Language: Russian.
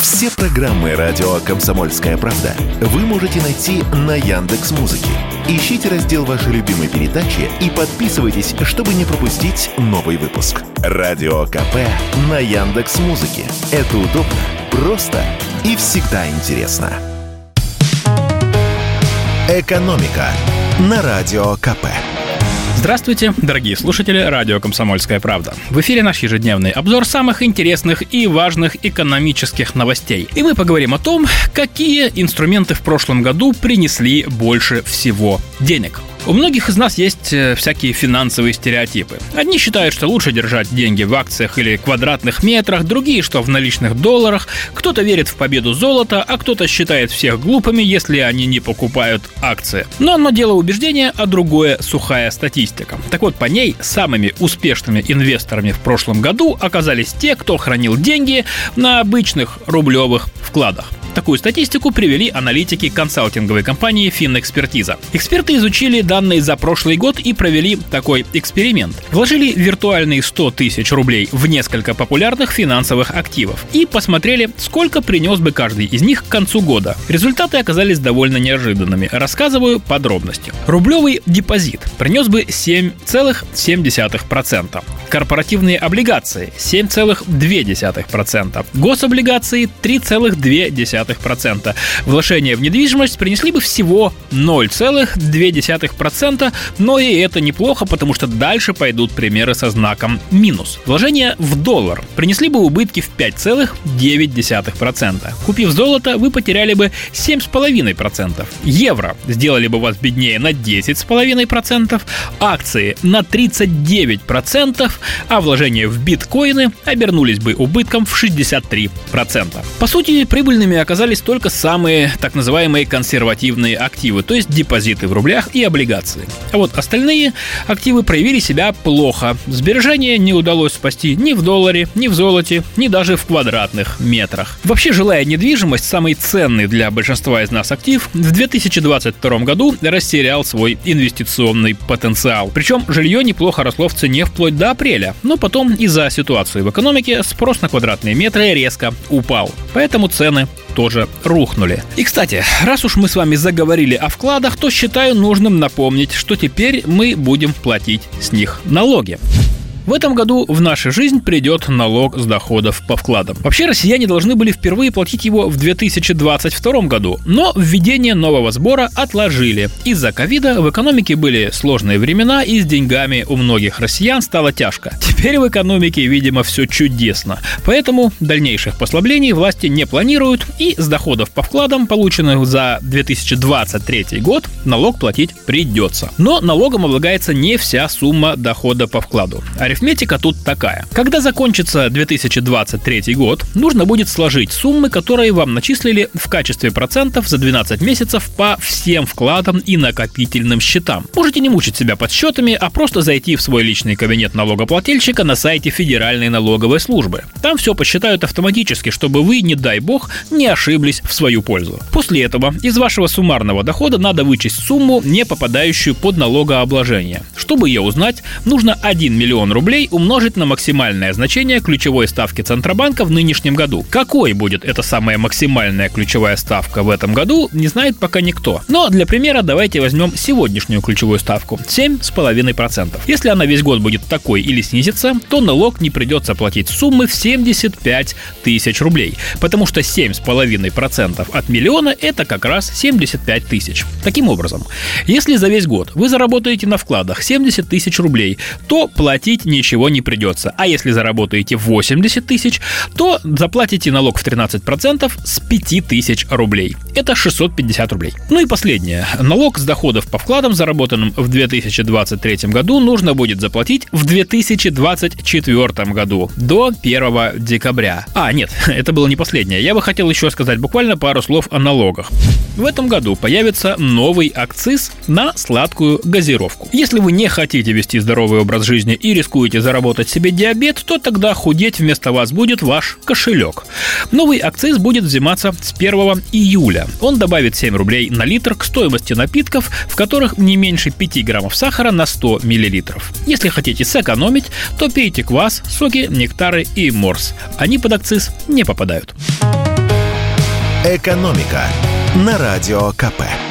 Все программы радио «Комсомольская правда» вы можете найти на Яндекс.Музыке. Ищите раздел вашей любимой передачи и подписывайтесь, чтобы не пропустить новый выпуск. Радио КП на Яндекс.Музыке. Это удобно, просто и всегда интересно. «Экономика» на Радио КП. Здравствуйте, дорогие слушатели радио «Комсомольская правда». В эфире наш ежедневный обзор самых интересных и важных экономических новостей. И мы поговорим о том, какие инструменты в прошлом году принесли больше всего денег. У многих из нас есть всякие финансовые стереотипы. Одни считают, что лучше держать деньги в акциях или квадратных метрах, другие, что в наличных долларах. Кто-то верит в победу золота, а кто-то считает всех глупыми, если они не покупают акции. Но одно дело убеждения, а другое – сухая статистика. Так вот, по ней самыми успешными инвесторами в прошлом году оказались те, кто хранил деньги на обычных рублевых вкладах. Такую статистику привели аналитики консалтинговой компании «Финэкспертиза». Эксперты изучили данные за прошлый год и провели такой эксперимент. Вложили виртуальные 100 тысяч рублей в несколько популярных финансовых активов и посмотрели, сколько принес бы каждый из них к концу года. Результаты оказались довольно неожиданными. Рассказываю подробности. Рублевый депозит принес бы 7,7%. Корпоративные облигации – 7,2%. Гособлигации – 3,2%. Вложения в недвижимость принесли бы всего 0,2%, но и это неплохо, потому что дальше пойдут примеры со знаком минус. Вложения в доллар принесли бы убытки в 5,9%. Купив золото, вы потеряли бы 7,5%. Евро сделали бы вас беднее на 10,5%, акции на 39%, а вложения в биткоины обернулись бы убытком в 63%. По сути, прибыльными оказались только самые так называемые консервативные активы, то есть депозиты в рублях и облигации. А вот остальные активы проявили себя плохо. Сбережения не удалось спасти ни в долларе, ни в золоте, ни даже в квадратных метрах. Вообще, жилая недвижимость, самый ценный для большинства из нас актив, в 2022 году растерял свой инвестиционный потенциал. Причем жилье неплохо росло в цене вплоть до апреля, но потом из-за ситуации в экономике спрос на квадратные метры резко упал. Поэтому цены тоже рухнули. И, кстати, раз уж мы с вами заговорили о вкладах, то считаю нужным напомнить, что теперь мы будем платить с них налоги. В этом году в нашу жизнь придет налог с доходов по вкладам. Вообще, россияне должны были впервые платить его в 2022 году, но введение нового сбора отложили. Из-за ковида в экономике были сложные времена, и с деньгами у многих россиян стало тяжко. Теперь в экономике, видимо, все чудесно. Поэтому дальнейших послаблений власти не планируют, и с доходов по вкладам, полученных за 2023 год, налог платить придется. Но налогом облагается не вся сумма дохода по вкладу. Арифметика тут такая. Когда закончится 2023 год, нужно будет сложить суммы, которые вам начислили в качестве процентов за 12 месяцев по всем вкладам и накопительным счетам. Можете не мучить себя подсчетами, а просто зайти в свой личный кабинет налогоплательщика на сайте Федеральной налоговой службы. Там все посчитают автоматически, чтобы вы, не дай бог, не ошиблись в свою пользу. После этого из вашего суммарного дохода надо вычесть сумму, не попадающую под налогообложение. Чтобы ее узнать, нужно 1 миллион рублей умножить на максимальное значение ключевой ставки Центробанка в нынешнем году. Какой будет эта самая максимальная ключевая ставка в этом году, не знает пока никто. Но для примера давайте возьмем сегодняшнюю ключевую ставку – 7,5%. Если она весь год будет такой или снизится, то налог не придется платить суммы в 75 тысяч рублей, потому что 7,5% от миллиона – это как раз 75 тысяч. Таким образом, если за весь год вы заработаете на вкладах 70 тысяч рублей, то платить ничего не придется. А если заработаете 80 тысяч, то заплатите налог в 13% с 5 тысяч рублей. Это 650 рублей. Ну и последнее. Налог с доходов по вкладам, заработанным в 2023 году, нужно будет заплатить в 2024 году до 1 декабря. Нет, это было не последнее. Я бы хотел еще сказать буквально пару слов о налогах. В этом году появится новый акциз на сладкую газировку. Если вы не хотите вести здоровый образ жизни и рискуете заработать себе диабет, то тогда худеть вместо вас будет ваш кошелек. Новый акциз будет взиматься с 1 июля. Он добавит 7 рублей на литр к стоимости напитков, в которых не меньше 5 граммов сахара на 100 миллилитров. Если хотите сэкономить, то пейте квас, соки, нектары и морс. Они под акциз не попадают. «Экономика» на Радио КП.